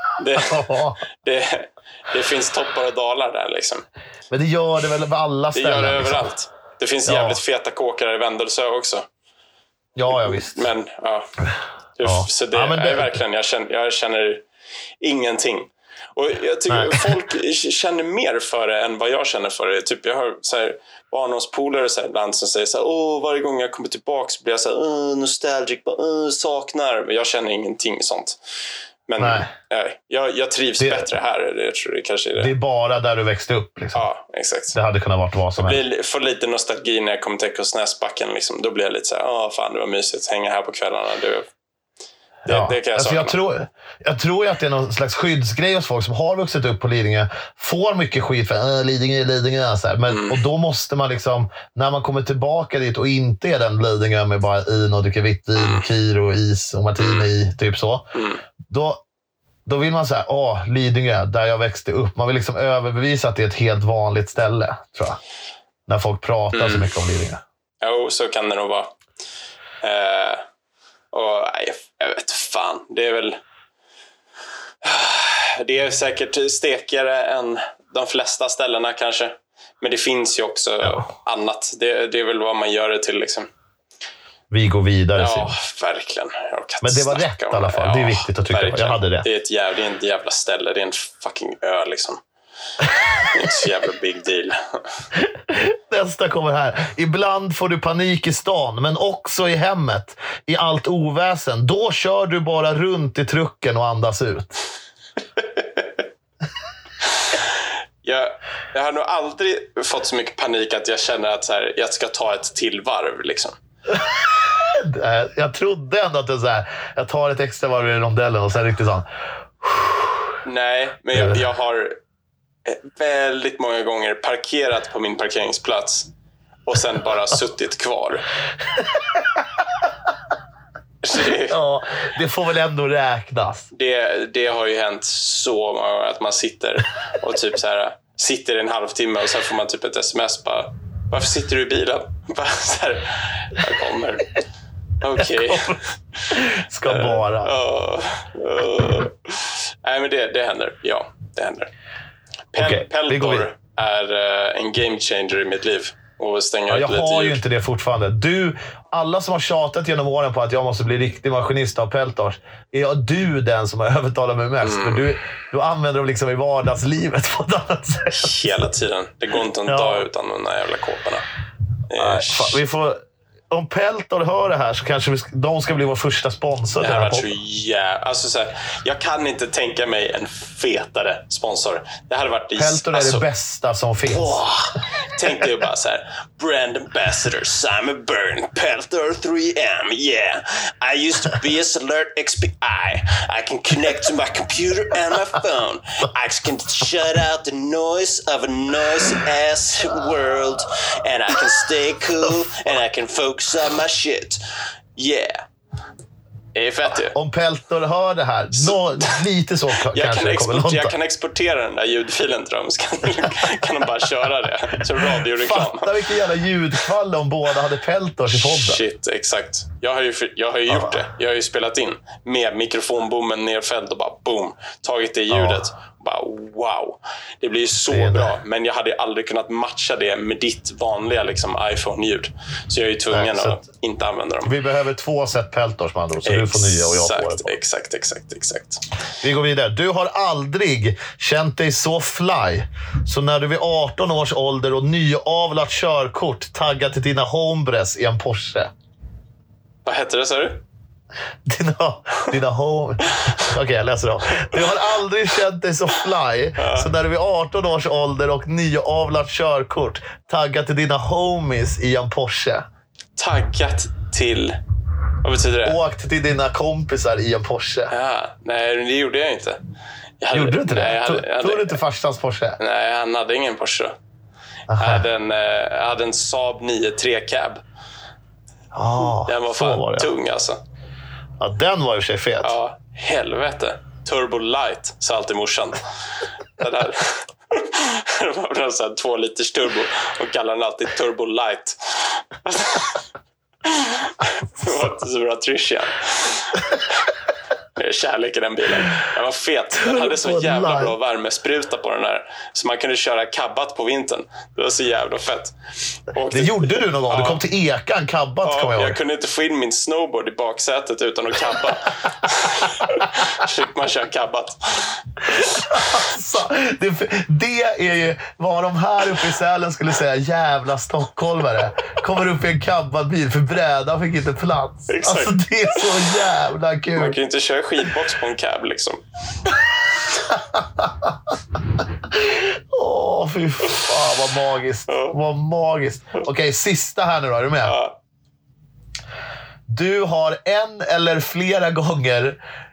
Speaker 2: Det finns toppar och dalar där liksom.
Speaker 1: Men det gör det väl på alla ställen?
Speaker 2: Det gör det
Speaker 1: liksom.
Speaker 2: överallt. Det finns jävligt feta kåkar i Vändelsö också.
Speaker 1: Ja, visst.
Speaker 2: Men så det är verkligen, jag känner ingenting. Och jag tycker folk känner mer för det än vad jag känner för det. Typ jag har så här barndomspolare så här ibland som säger så här, varje gång jag kommer tillbaka så blir jag så här, nostalgic, saknar. Men jag känner ingenting sånt. Men jag trivs bättre här. Jag tror det kanske är det.
Speaker 1: Det är bara där du växte upp liksom.
Speaker 2: Ja, exakt.
Speaker 1: Det hade kunnat varit vad som helst.
Speaker 2: Får lite nostalgi när jag kommer till Ekosnäsbacken liksom. Då blir jag lite så här, fan det var mysigt hänga här på kvällarna. Det kan jag
Speaker 1: alltså jag tror ju att det är någon slags skyddsgrej hos folk som har vuxit upp på Lidingö, får mycket skit för Lidingö så här. Men, och då måste man liksom, när man kommer tillbaka dit och inte är den Lidingö med bara in och dricka vitt vin, kir och is och martini i, typ så. Då vill man säga, Lidingö, där jag växte upp. Man vill liksom överbevisa att det är ett helt vanligt ställe, tror jag. När folk pratar så mycket om Lidingö.
Speaker 2: Jo, så kan det nog vara. Och jag vet fan, det är väl det är säkert stekigare än de flesta ställena kanske, men det finns ju också annat, det är väl vad man gör det till liksom.
Speaker 1: Vi går vidare.
Speaker 2: Ja, verkligen.
Speaker 1: Men det var rätt i alla fall, det är viktigt att tycka på. Jag hade rätt.
Speaker 2: Det är en jävla ställe, det är en fucking ö liksom. Det är inte så jävla big deal.
Speaker 1: Nästa kommer här. Ibland får du panik i stan, men också i hemmet. I allt oväsen. Då kör du bara runt i trucken och andas ut.
Speaker 2: Jag har nog aldrig fått så mycket panik att jag känner att så här, jag ska ta ett till varv liksom.
Speaker 1: Jag trodde ändå att det är så här, jag tar ett extra varv i rondellen och sen riktigt sån.
Speaker 2: Nej, men jag har väldigt många gånger parkerat på min parkeringsplats och sen bara suttit kvar.
Speaker 1: Ja, det får väl ändå räknas.
Speaker 2: Det har ju hänt så många gånger att man sitter och typ så här, sitter i en halvtimme och sen får man typ ett sms bara, varför sitter du i bilen? Bara så här, jag kommer. Okej.
Speaker 1: Ska bara.
Speaker 2: Nej, men det händer. Ja, det händer. Peltor är en game changer i mitt liv. Och stänga
Speaker 1: jag har ju inte det fortfarande. Alla som har tjatat genom åren på att jag måste bli riktig maskinist av Peltors, är du den som har övertalat mig mest. För du använder dem liksom i vardagslivet på ett annat sätt.
Speaker 2: Hela tiden. Det går inte en dag utan de där jävla kåporna.
Speaker 1: om Peltor hör det här så kanske de ska bli vår första sponsor.
Speaker 2: Det här var så jävla... Alltså så här, jag kan inte tänka mig en fetare sponsor. Det hade varit...
Speaker 1: Peltor är det bästa som finns.
Speaker 2: Tänk dig bara så här. Brand ambassador Simon Byrne, Peltor 3M, yeah. I used to be a alert XPI. I can connect to my computer and my phone. I can shut out the noise of a noisy ass world. And I can stay cool and I can focus on my shit. Yeah. Det är fett ju.
Speaker 1: Om Peltor hör det här, lite så
Speaker 2: jag kan exportera den där ljudfilen till dem. Så kan de bara köra det. Så radioreklam.
Speaker 1: Fatta vilken jävla ljudkvalle om båda hade Peltor i podden.
Speaker 2: Shit, exakt. Jag har ju gjort det. Jag har ju spelat in med mikrofonbommen nerfälld och bara boom. Tagit det ljudet. Bara, wow. Det blir så bra. Men jag hade aldrig kunnat matcha det med ditt vanliga liksom, iPhone-ljud. Så jag är ju tvungen att inte använda dem.
Speaker 1: Vi behöver 2 set Peltors med andra, så du får nya och jag får det.
Speaker 2: Exakt.
Speaker 1: Vi går vidare. Du har aldrig känt dig så fly. Så när du vid 18 års ålder och nyavlat körkort taggat till dina homebres i en Porsche.
Speaker 2: Vad heter det, sa du?
Speaker 1: Dina home... Okej, jag läser då. Du har aldrig känt dig så fly. Så när du vid 18 års ålder och nyavlat körkort taggat till dina homies i en Porsche.
Speaker 2: Taggat till... Vad betyder det?
Speaker 1: Åkt till dina kompisar i en Porsche.
Speaker 2: Ja, nej, det gjorde jag inte.
Speaker 1: Gjorde du inte det? Tog du inte farsans Porsche?
Speaker 2: Nej, han hade ingen Porsche. Jag hade en Saab 9-3 cab. Den var fan tung alltså.
Speaker 1: Ja, den var ju sig fet.
Speaker 2: Ja, helvete. Turbo light, sa alltid morsan. Det där. Det var en sån här 2 liters turbo och kallar den alltid turbo light. Det var inte så bra Trisha. Kärlek i den bilen. Den var fet. Den hade så jävla bra värmespruta på den här. Så man kunde köra kabbat på vintern. Det var så jävla fett.
Speaker 1: Det gjorde du någon gång. Du kom till Ekan kabbat, kommer jag ihåg.
Speaker 2: Jag kunde inte få in min snowboard i baksätet utan att kabba. Fick man köra kabbat.
Speaker 1: Alltså, det är ju vad de här uppe i Sälen skulle säga, jävla stockholmare. Kommer upp i en kabbad bil för brädan fick inte plats.
Speaker 2: Exakt.
Speaker 1: Alltså det är så jävla kul.
Speaker 2: Man kan ju inte köra skidbox på en cab liksom.
Speaker 1: Fy fan vad magiskt. Vad magiskt. Okej, sista här nu då, är du med?
Speaker 2: Ja.
Speaker 1: Du har en eller flera gånger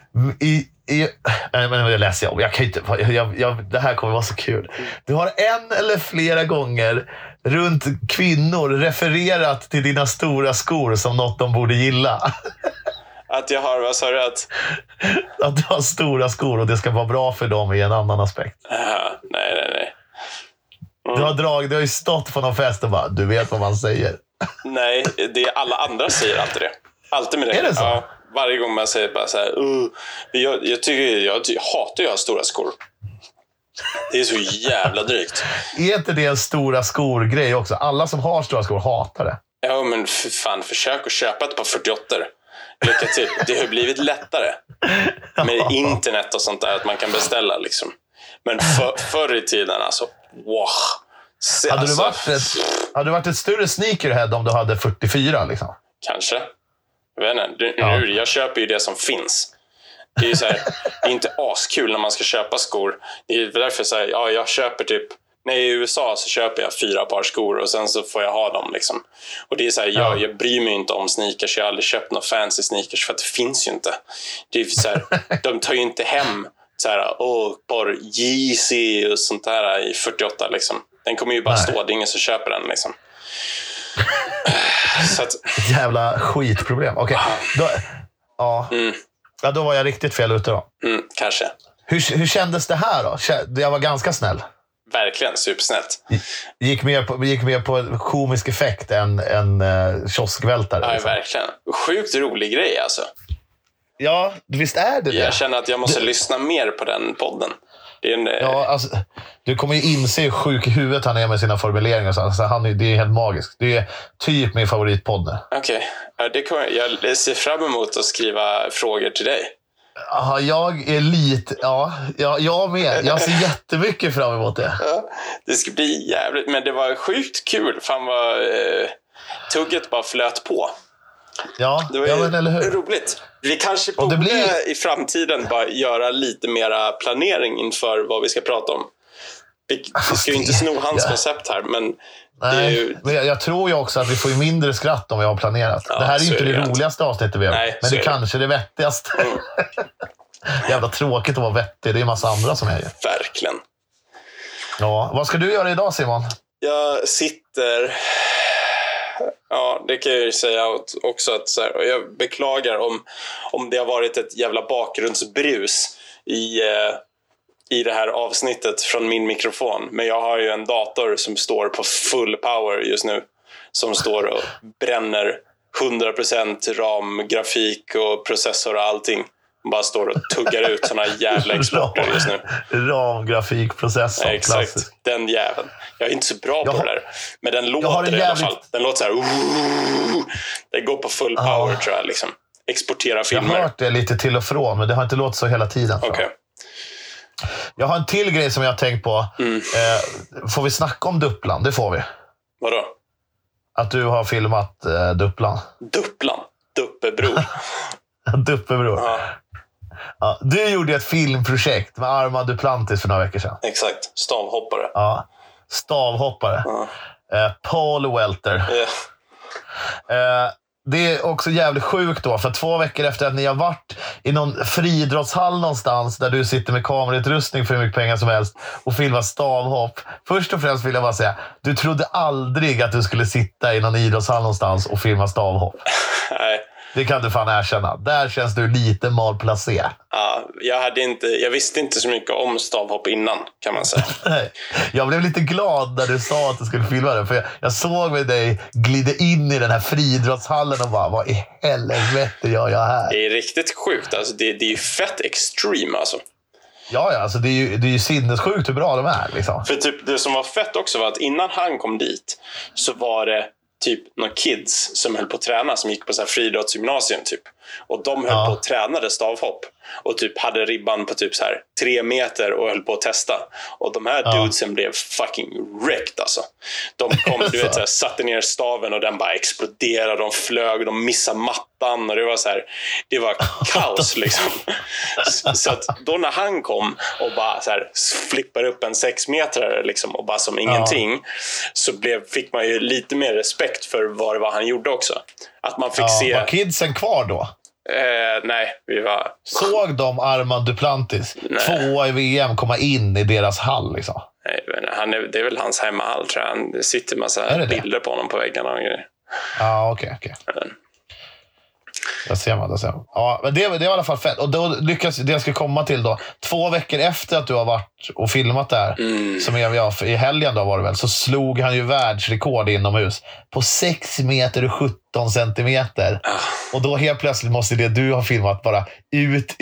Speaker 1: nej, men det läser jag. Jag kan inte, det här kommer vara så kul. Du har en eller flera gånger runt kvinnor refererat till dina stora skor som något de borde gilla.
Speaker 2: Att jag har, vad sa du? Att
Speaker 1: du har stora skor och det ska vara bra för dem i en annan aspekt.
Speaker 2: Nej.
Speaker 1: Du har ju stått på någon fest och bara, du vet vad man säger.
Speaker 2: Nej, det är alla andra säger alltid det. Alltid med det.
Speaker 1: Är det så?
Speaker 2: Ja, varje gång man säger bara så här, jag hatar ju att ha stora skor. Det är så jävla drygt.
Speaker 1: Är inte det en stora skor-grej också? Alla som har stora skor hatar det.
Speaker 2: Ja, men fan, försök att köpa ett par 48. Lycka till. Det har blivit lättare med internet och sånt där, att man kan beställa liksom. Men förr i tiden alltså, wow. Hade du varit ett större sneakerhead om du hade 44 liksom? Kanske. Jag vet inte. Jag köper ju det som finns. Det är ju så här, det är inte askul när man ska köpa skor. Det är därför så här, jag köper typ, när jag är i USA så köper jag 4 par skor och sen så får jag ha dem liksom. Och det är så här, jag bryr mig inte om sneakers. Jag har aldrig köpt några fancy sneakers för att det finns ju inte. Det är så här, de tar ju inte hem så här, par Yeezy och sånt där i 48 liksom. Den kommer ju bara stå, det är ingen som köper den liksom. Så att,
Speaker 1: jävla skitproblem. Okej. Då var jag riktigt fel ute då.
Speaker 2: Kanske.
Speaker 1: Hur kändes det här då? Jag var ganska snäll.
Speaker 2: Verkligen, supersnällt.
Speaker 1: Gick mer på komisk effekt än kioskvältare.
Speaker 2: Ja,
Speaker 1: liksom.
Speaker 2: verkligen. Sjukt rolig grej alltså.
Speaker 1: Ja, visst är det.
Speaker 2: Jag känner att jag måste lyssna mer på den podden. Det är
Speaker 1: alltså, du kommer ju inse hur sjuk i huvudet han är med sina formuleringar. Alltså, det är helt magiskt. Det är typ min favoritpodd nu.
Speaker 2: Okej. Jag ser fram emot att skriva frågor till dig.
Speaker 1: Ja, jag är lite... jag med. Jag ser jättemycket fram emot det.
Speaker 2: Ja, det ska bli jävligt... Men det var sjukt kul. Fan vad... tugget bara flöt på.
Speaker 1: Ja,
Speaker 2: Det var ju
Speaker 1: men eller hur?
Speaker 2: roligt. Vi kanske borde i framtiden bara göra lite mera planering inför vad vi ska prata om. Vi ska ju inte sno hans koncept här, men
Speaker 1: nej, men jag tror ju också att vi får ju mindre skratt om vi har planerat. Det här är ju inte det roligaste avsnittet vi har.
Speaker 2: Nej,
Speaker 1: men det kanske är det vettigaste. Jävla tråkigt att vara vettig. Det är en massa andra som är ju.
Speaker 2: Verkligen.
Speaker 1: Ja, vad ska du göra idag, Simon?
Speaker 2: Jag sitter... Ja, det kan jag ju säga också. Att så här, och jag beklagar om det har varit ett jävla bakgrundsbrus i det här avsnittet från min mikrofon. Men jag har ju en dator som står på full power just nu. Som står och bränner 100% RAM, grafik och processor och allting. Bara står och tuggar ut såna jävla exporter just nu.
Speaker 1: RAM, grafik, processor.
Speaker 2: Exakt,
Speaker 1: klassisk.
Speaker 2: Den jäveln. Jag är inte så bra på det där. Men den låter i alla fall. Den låter så här. Det går på full power tror jag liksom. Exportera filmer.
Speaker 1: Jag har hört det lite till och från, men det har inte låtit så hela tiden.
Speaker 2: Okay.
Speaker 1: Jag har en till grej som jag har tänkt på. Får vi snacka om Dupplan? Det får vi.
Speaker 2: Vadå?
Speaker 1: Att du har filmat Dupplan.
Speaker 2: Dupplan? Duppebror.
Speaker 1: Duppebror.
Speaker 2: Ja.
Speaker 1: Ja, du gjorde ett filmprojekt med Armand Duplantis för några veckor sedan.
Speaker 2: Exakt. Stavhoppare.
Speaker 1: Ja. Stavhoppare.
Speaker 2: Ja.
Speaker 1: Paul Welter. Det är också jävligt sjukt då, för 2 veckor efter att ni har varit i någon friidrottshall någonstans där du sitter med kamerautrustning för hur mycket pengar som helst och filmar stavhopp. Först och främst vill jag bara säga, du trodde aldrig att du skulle sitta i någon idrottshall någonstans och filma stavhopp.
Speaker 2: Nej.
Speaker 1: Det kan du fan erkänna. Där känns du lite malplacé.
Speaker 2: Ja, jag visste inte så mycket om stavhopp innan, kan man säga.
Speaker 1: Jag blev lite glad när du sa att du skulle filma det. För jag såg med dig glida in i den här friidrottshallen och bara, vad i helvete gör jag här?
Speaker 2: Det är riktigt sjukt. Alltså, det är ju fett extreme alltså.
Speaker 1: Ja, alltså det är ju sinnessjukt hur bra de är. Liksom.
Speaker 2: För typ, det som var fett också var att innan han kom dit så var det typ några kids som höll på att träna, som gick på så här friidrottsgymnasium typ. Och de höll på att träna stavhopp. Och typ hade ribban på typ så här 3 meter och höll på att testa. Och de här dudesen blev fucking wrecked alltså. De kom, du vet, så här, satte ner staven och den bara exploderade. De flög, de missade mattan. Och det var så här, det var kaos liksom. Så att då när han kom och bara så här flippade upp en 6 meter liksom, och bara som ingenting, så fick man ju lite mer respekt för vad det var han gjorde också. Att man fick se...
Speaker 1: Var kidsen kvar då?
Speaker 2: Nej, vi var...
Speaker 1: Såg de Armand Duplantis 2 i VM komma in i deras hall liksom?
Speaker 2: Nej, det är väl hans hemmahall tror jag. Det sitter massa bilder på honom på väggarna och grejer.
Speaker 1: Ja, okej. Där ser man. Ja, men det är i alla fall fett. Och då lyckas det jag ska komma till då. 2 veckor efter att du har varit och filmat där, som jag i helgen då var det väl, så slog han ju världsrekord inomhus på 6 meter och 17 centimeter. Och då helt plötsligt måste det du har filmat bara ut.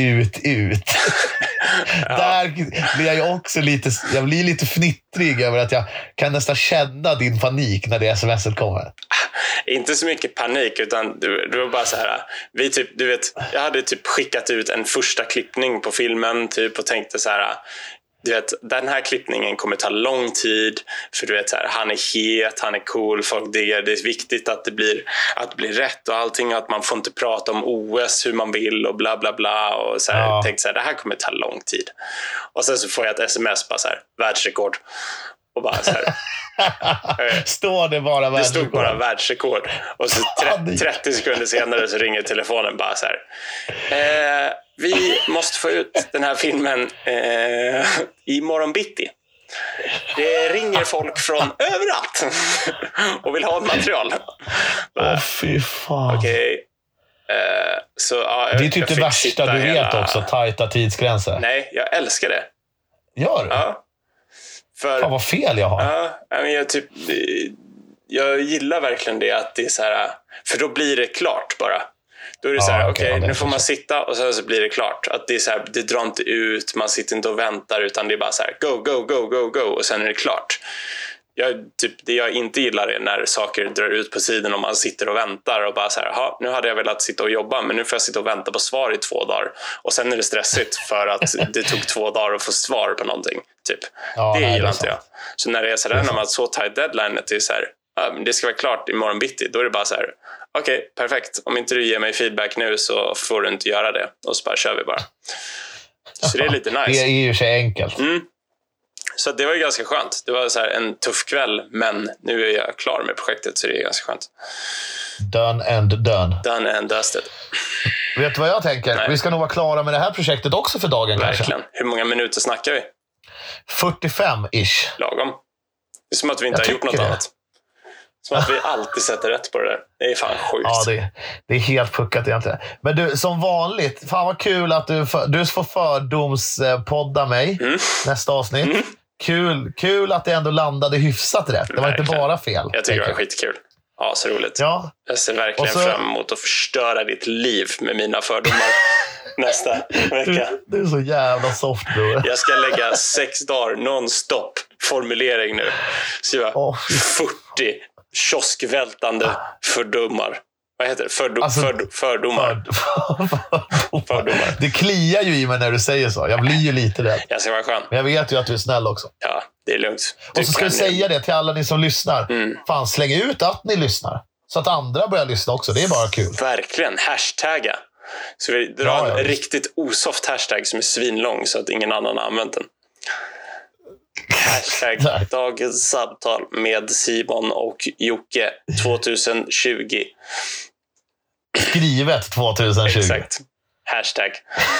Speaker 1: Där blir jag ju också jag blir lite fnittrig över att jag kan nästan känna din panik när det sms:et kommer.
Speaker 2: Inte så mycket panik, utan det var bara så här, du vet, jag hade typ skickat ut en första klippning på filmen typ och tänkte så här, du vet, den här klippningen kommer ta lång tid, för du vet så här, han är het, han är cool, folk diggar, det är viktigt att det blir rätt och allting, att man får inte prata om OS hur man vill och bla bla bla, och så här, tänkte så här, det här kommer ta lång tid. Och sen så får jag ett sms bara så här, världsrekord. Och bara så här.
Speaker 1: Står det bara världsrekord?
Speaker 2: Det stod bara världsrekord. Och så 30 sekunder senare så ringer telefonen bara så här. Vi måste få ut den här filmen i morgon bitti. Det ringer folk från överallt och vill ha material.
Speaker 1: Fy fan.
Speaker 2: Okej. Så,
Speaker 1: det är typ det värsta du vet också, tajta tidsgränser.
Speaker 2: Nej, jag älskar det.
Speaker 1: Gör du?
Speaker 2: Ja.
Speaker 1: Fan vad fel jag har.
Speaker 2: Ja, men jag gillar verkligen det, att det är så här, för då blir det klart bara. Då är det så här, okej, nu får man sitta och sen så blir det klart. Att det är så här, det drar inte ut, man sitter inte och väntar, utan det är bara så här, go och sen är det klart. Det jag inte gillar är när saker drar ut på tiden och man sitter och väntar och bara så här, nu hade jag velat sitta och jobba, men nu får jag sitta och vänta på svar i 2 dagar. Och sen är det stressigt för att det tog 2 dagar att få svar på någonting. Typ. Det gillar inte jag. Så när det är så där, när man har så tight deadline, det är så här, det ska vara klart imorgon bitti. Då är det bara så här, okej, perfekt. Om inte du ger mig feedback nu så får du inte göra det. Och så bara kör vi bara. Så det är lite nice.
Speaker 1: Det är ju så enkelt.
Speaker 2: Så det var ju ganska skönt. Det var så här en tuff kväll, men nu är jag klar med projektet, så det är ganska skönt.
Speaker 1: Done and
Speaker 2: dusted.
Speaker 1: Vet du vad jag tänker?
Speaker 2: Nej.
Speaker 1: Vi ska nog vara klara med det här projektet också för dagen.
Speaker 2: Verkligen.
Speaker 1: Kanske.
Speaker 2: Hur många minuter snackar vi?
Speaker 1: 45-ish.
Speaker 2: Lagom. Det är som att vi inte har gjort något annat. Som att vi alltid sätter rätt på det där. Det är fan sjukt.
Speaker 1: Ja, det är helt puckat egentligen. Men du, som vanligt, fan vad kul att du får fördomspodda mig nästa avsnitt. Kul att det ändå landade hyfsat rätt. Det var
Speaker 2: Verkligen.
Speaker 1: inte bara fel.
Speaker 2: Jag tycker det var skitkul. Ja, så roligt.
Speaker 1: Ja.
Speaker 2: Jag ser verkligen fram emot att förstöra ditt liv med mina fördomar nästa vecka.
Speaker 1: Du är så jävla soft, bror.
Speaker 2: Jag ska lägga 6 dagar non-stop formulering nu. Skriva 40 kioskvältande fördomar. Vad heter det? Fördomar. Fördomar.
Speaker 1: Det kliar ju i mig när du säger så. Jag blir ju lite rädd.
Speaker 2: Jag ska vara skön.
Speaker 1: Men jag vet ju att du är snäll också.
Speaker 2: Ja, det är lugnt.
Speaker 1: Och så ska jag säga det till alla ni som lyssnar. Fan, släng ut att ni lyssnar. Så att andra börjar lyssna också. Det är bara kul.
Speaker 2: Verkligen. Hashtagga. Så vi drar en riktigt osoft hashtag som är svinlång så att ingen annan har använt den. Hashtag dagens samtal med Simon och Jocke 2020.
Speaker 1: Skrivet 2020.
Speaker 2: Exakt. Hashtag.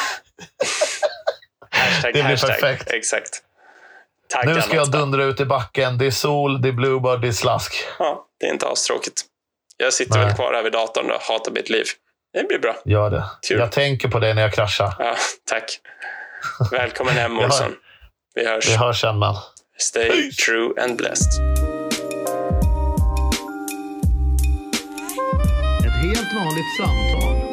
Speaker 1: Det blir perfekt.
Speaker 2: Exakt.
Speaker 1: Nu ska jag dundra ut i backen. Det är sol, det är bluebird, det är slask.
Speaker 2: Ja, det är inte astråkigt. Jag sitter väl kvar här vid datorn och hatar mitt liv. Det blir bra.
Speaker 1: Gör det.
Speaker 2: Kul.
Speaker 1: Jag tänker på det när jag kraschar.
Speaker 2: Ja, tack. Välkommen hem, Olsson. Vi hörs
Speaker 1: sen, man.
Speaker 2: Stay true and blessed.
Speaker 1: Ett helt vanligt samtal